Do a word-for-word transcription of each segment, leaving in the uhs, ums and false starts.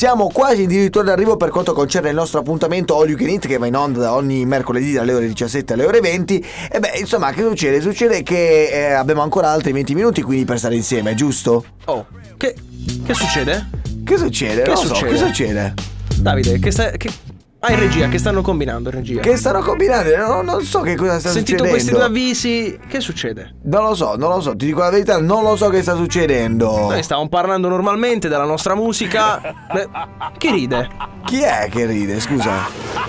siamo quasi addirittura d'arrivo per quanto concerne il nostro appuntamento All You Can Eat, che va in onda ogni mercoledì dalle ore diciassette alle ore venti. E beh, insomma, che succede? Succede che eh, abbiamo ancora altri venti minuti quindi per stare insieme, giusto? Oh, che, che succede? Che succede? Che non succede? so, che succede? Davide, che stai... Che... Ah, in regia, che stanno combinando in regia? Che stanno combinando? No, non so che cosa sta Sentito succedendo. questi due avvisi, che succede? Non lo so, non lo so, ti dico la verità, non lo so che sta succedendo. Noi stavamo parlando normalmente della nostra musica. Beh, chi ride? Chi è che ride, scusa?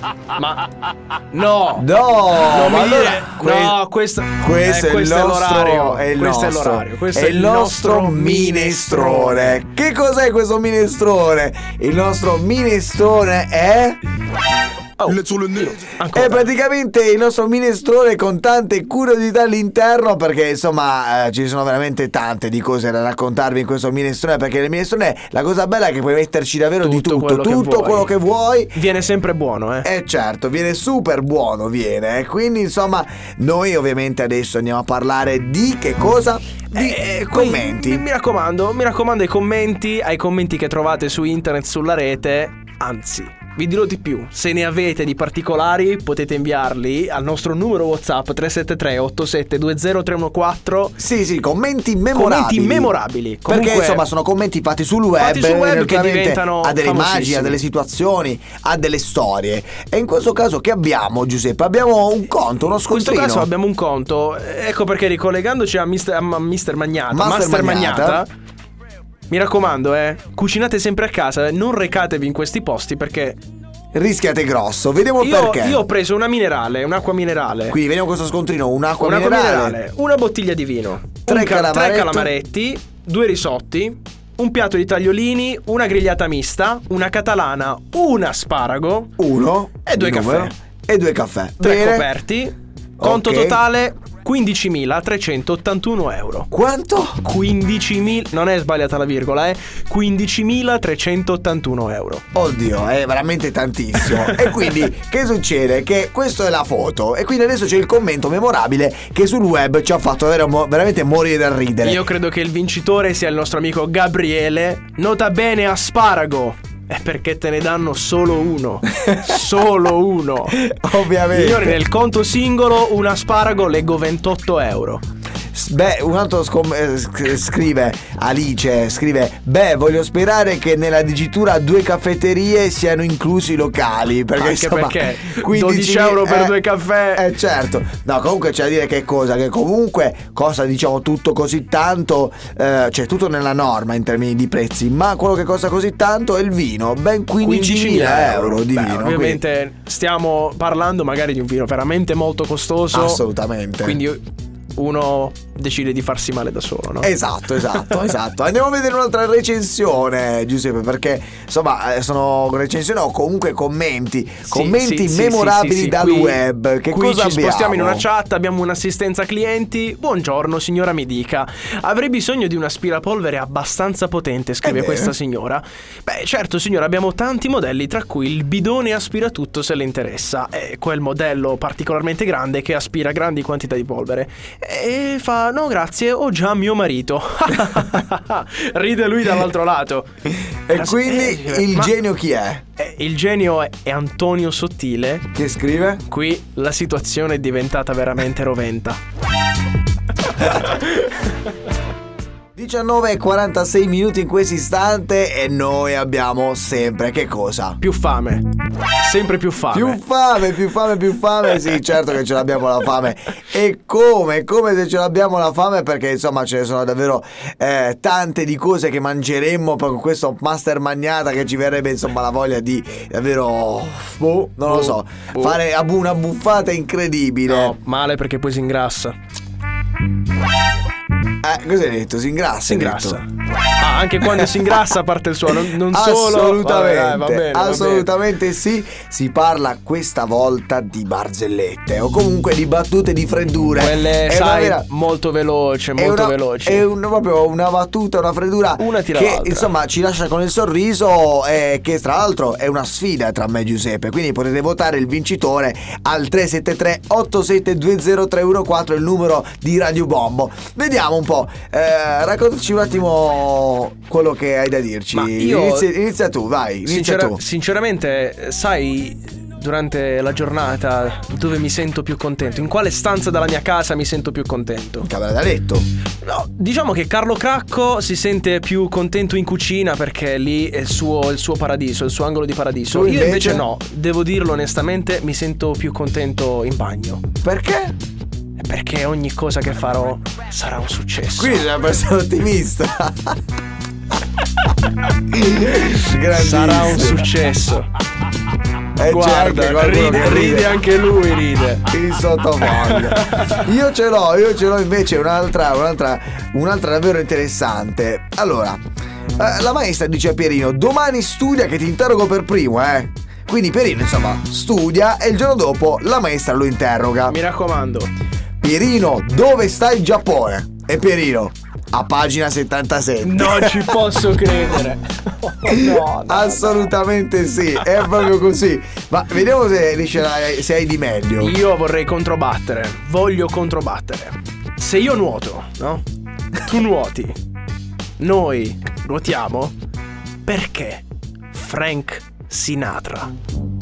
Ma no, No, non mi allora, dire que- no, questo, questo eh, è il questo nostro, l'orario. è il questo nostro, è l'orario. Questo è il nostro minestrone. Che cos'è questo minestrone? Il nostro minestrone è... Oh, È praticamente il nostro minestrone con tante curiosità all'interno, perché insomma eh, ci sono veramente tante di cose da raccontarvi in questo minestrone, perché nel minestrone la cosa bella è che puoi metterci davvero tutto di tutto, quello tutto che vuoi. quello che vuoi. Viene sempre buono, eh. Eh certo, viene super buono, viene. Quindi insomma noi ovviamente adesso andiamo a parlare di che cosa? Di Eh, commenti. Mi, mi raccomando, mi raccomando ai commenti, ai commenti che trovate su internet, sulla rete. Anzi, vi dirò di più, se ne avete di particolari potete inviarli al nostro numero WhatsApp tre sette tre otto sette due zero tre uno quattro. Sì, sì, commenti memorabili. Commenti memorabili. Comunque, perché insomma sono commenti fatti sul web, fatti sul web che relativamente diventano a delle immagini, famosissimi. a delle situazioni, a delle storie. E in questo caso che abbiamo, Giuseppe? Abbiamo un conto, uno In questo scontrino. caso abbiamo un conto. Ecco perché, ricollegandoci a Mister, a Mister Magnata, Master Master Magnata. Magnata, mi raccomando, eh, cucinate sempre a casa, non recatevi in questi posti perché Rischiate grosso, vediamo io, perché. io ho preso una minerale, un'acqua minerale. Quindi vediamo questo scontrino, un'acqua Un'acqua minerale, minerale, una bottiglia di vino, Tre un ca- calamaretto. tre calamaretti, due risotti, un piatto di tagliolini, una grigliata mista, una catalana, un asparago uno e due di caffè. numero, e due caffè. tre Bene. coperti, conto Ok. totale quindicimilatrecentottantuno euro. Quanto? quindicimila, non è sbagliata la virgola, eh. quindicimilatrecentottantuno euro. Oddio, è veramente tantissimo. E quindi che succede? Che questa è la foto. E quindi adesso c'è il commento memorabile che sul web ci ha fatto ver- veramente morire dal ridere. Io credo che il vincitore sia il nostro amico Gabriele. Nota bene asparago. È perché te ne danno solo uno. Solo uno. Ovviamente. Signori, nel conto singolo un asparago leggo ventotto euro. Beh, un altro scom- eh, sc- scrive Alice, scrive: beh, voglio sperare che nella dicitura due caffetterie siano inclusi i locali. Perché Anche insomma, perché quindici dodici euro per eh, due caffè. Eh certo. No, comunque c'è da dire che cosa? Che comunque costa, diciamo, tutto così tanto, eh, cioè tutto nella norma in termini di prezzi. Ma quello che costa così tanto è il vino. Ben quindicimila euro di Beh, vino. ovviamente quindi- stiamo parlando magari di un vino veramente molto costoso. Assolutamente. Quindi uno decide di farsi male da solo, no? Esatto, esatto, esatto. Andiamo a vedere un'altra recensione, Giuseppe, perché insomma eh, sono recensioni o comunque commenti, Sì, commenti sì, sì, memorabili sì, sì, dal qui- web. Che qui cosa ci abbiamo? spostiamo in una chat, abbiamo un'assistenza clienti. Buongiorno signora, mi dica, avrei bisogno di un aspirapolvere abbastanza potente, scrive Ebbene. questa signora. Beh certo signora, abbiamo tanti modelli, tra cui il bidone aspiratutto se le interessa. È quel modello particolarmente grande che aspira grandi quantità di polvere. E fa: no grazie, ho già mio marito. Ride lui dall'altro lato. E quindi Eh, il ma- genio chi è? Eh, Il genio è, è Antonio Sottile. Che scrive? Qui la situazione è diventata veramente roventa. diciannove e quarantasei minuti in questo istante e noi abbiamo sempre che cosa? Più fame. Sempre più fame. Più fame, più fame, più fame. Sì, certo che ce l'abbiamo la fame. E come? Come se ce l'abbiamo la fame, perché insomma ce ne sono davvero eh, tante di cose che mangeremmo con questo Master Magnata, che ci verrebbe insomma la voglia di davvero, boh, non lo so, boh. fare abu- una buffata incredibile. No, male perché poi si ingrassa. Eh, cosa hai detto? Si ingrassa? Si hai ingrassa. detto? Ah, anche quando si ingrassa parte il suono. Non solo. Assolutamente, Vabbè, dai, va bene, va assolutamente sì. Si parla questa volta di barzellette o comunque di battute di freddure. Quelle, È sai, una vera- molto veloce, è molto una, veloci. È un, proprio una battuta, una freddura Una tira che l'altra. insomma ci lascia con il sorriso, e che tra l'altro è una sfida tra me e Giuseppe. Quindi potete votare il vincitore al tre sette tre otto sette due zero tre uno quattro, il numero di Radio Bombo. Vediamo un po', eh, raccontaci un attimo ascoltiamo quello che hai da dirci. Ma io- Inizia, inizia tu, vai, inizia Sincera- tu. Sinceramente, sai, durante la giornata dove mi sento più contento? In quale stanza della mia casa mi sento più contento? Camera da letto. No, diciamo che Carlo Cracco si sente più contento in cucina perché lì è il suo, il suo paradiso, il suo angolo di paradiso. Tu Io invece? invece no, devo dirlo onestamente, mi sento più contento in bagno. Perché? Perché ogni cosa che farò sarà un successo. Quindi sei una persona ottimista. Sarà un Grandissimo. successo. Eh, c'è anche Guarda, qualcuno ride, che ride anche lui, ride. in sottofondo. Io ce l'ho, io ce l'ho invece un'altra, un'altra, un'altra davvero interessante. Allora, eh, la maestra dice a Pierino: domani studia che ti interrogo per primo, eh. Quindi Pierino, insomma, studia e il giorno dopo la maestra lo interroga. Mi raccomando. Pierino, dove sta il Giappone? E Pierino, a pagina settantasette. Non ci posso credere. Oh, no, no, Assolutamente sì, è proprio così. Ma vediamo se riesci a- se hai di meglio. Io vorrei controbattere. Voglio controbattere. Se io nuoto, no? Tu nuoti. Noi nuotiamo. Perché Frank Sinatra?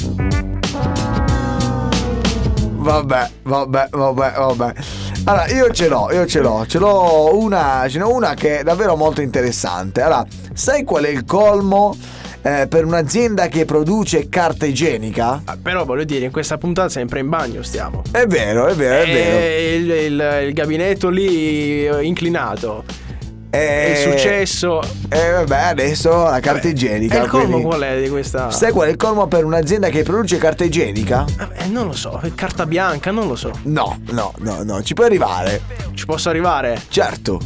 Vabbè, vabbè, vabbè, vabbè. Allora, io ce l'ho, io ce l'ho, ce l'ho una, ce n'è una che è davvero molto interessante. Allora, sai qual è il colmo eh, per un'azienda che produce carta igienica? Ah, però voglio dire, in questa puntata sempre in bagno stiamo. È vero, è vero, è vero. E il, il- il gabinetto lì eh, inclinato. Eh, È successo. E vabbè, adesso la carta Vabbè, igienica. E il colmo quindi- qual è di questa? Sai qual è il colmo per un'azienda che produce carta igienica? Eh, non lo so, carta bianca, non lo so. No, no, no, no, ci puoi arrivare. Ci posso arrivare? Certo.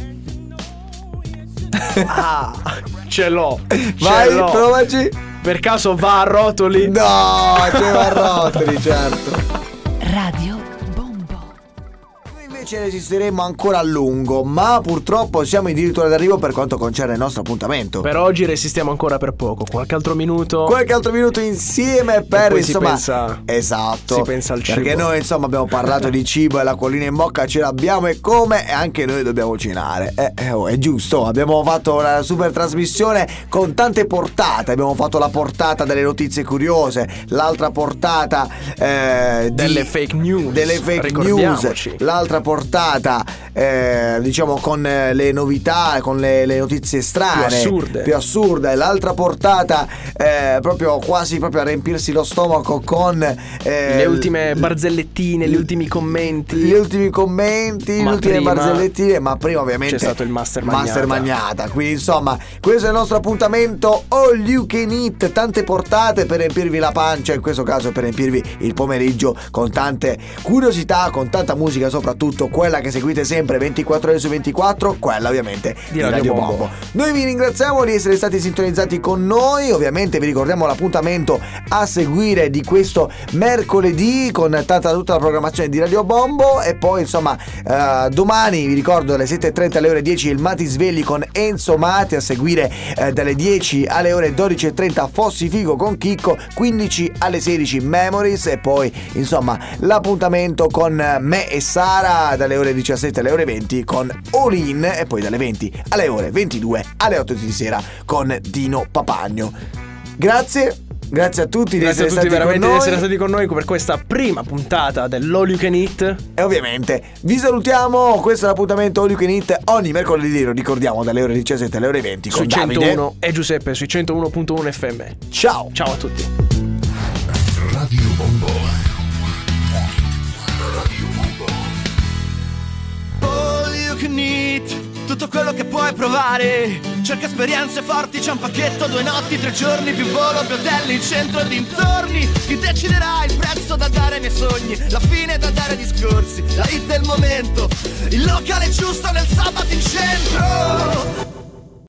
Ah, ce l'ho. Ce Vai, l'ho. provaci. Per caso va a rotoli? No, c'è a rotoli, certo. Radio Bombo. Noi invece resisteremo ancora a lungo, ma purtroppo siamo addirittura d'arrivo per quanto concerne il nostro appuntamento. Per oggi resistiamo ancora per poco. Qualche altro minuto. Qualche altro minuto insieme per poi si insomma pensa- esatto, si pensa al cibo. perché noi insomma abbiamo parlato di cibo e la collina in bocca ce l'abbiamo e come, e anche noi dobbiamo cenare. Eh, eh, oh, è giusto, abbiamo fatto una super trasmissione con tante portate. Abbiamo fatto la portata delle notizie curiose, l'altra portata eh, di- Delle fake news. delle fake news, Ricordiamoci. l'altra portata eh, diciamo con eh, le novità, con le, le notizie strane, Più assurde. più assurde, l'altra portata eh, proprio quasi proprio a riempirsi lo stomaco con eh, Le ultime barzellettine, gli ultimi commenti. gli ultimi commenti, Ma le ultime prima barzellettine, ma prima ovviamente c'è stato il Master Master Magnata. Magnata. Quindi insomma, questo è il nostro appuntamento All You Can Eat, tante portate per riempirvi la pancia, in questo caso per riempirvi il pomeriggio con tante curiosità, con tanta musica, soprattutto quella che seguite sempre ventiquattro ore su ventiquattro, quella ovviamente Di Radio Bombo. Noi vi ringraziamo di essere stati sintonizzati con noi, ovviamente vi ricordiamo l'appuntamento a seguire di questo mercoledì con tanta tutta la programmazione di Radio Bombo e poi insomma eh, domani vi ricordo dalle sette e trenta alle ore dieci il Mati Svegli con Enzo Mati, a seguire eh, dalle dieci alle ore dodici e trenta Fossi Figo con Chicco, quindici alle sedici Memories e poi insomma l'appuntamento con me e Sara dalle ore diciassette alle ore venti con All In e poi dalle venti alle ore ventidue alle otto di sera con Dino Papagno. Grazie, grazie a tutti di Grazie a essere tutti stati veramente con di noi essere stati con noi per questa prima puntata dell'All You Can Eat. e ovviamente vi salutiamo. Questo è l'appuntamento All You Can Eat ogni mercoledì, lo ricordiamo, dalle ore diciassette alle ore venti con Sui Davide centouno e Giuseppe sui centouno punto uno F M. Ciao. Ciao a tutti. Radio Bombo. Radio Bombo. All you can eat, tutto quello che puoi provare. Cerca esperienze forti, c'è un pacchetto, due notti, tre giorni, più volo, più hotel in centro e dintorni. Chi deciderà il prezzo da dare ai miei sogni, la fine da dare ai discorsi, la hit del momento, il locale giusto nel sabato in centro.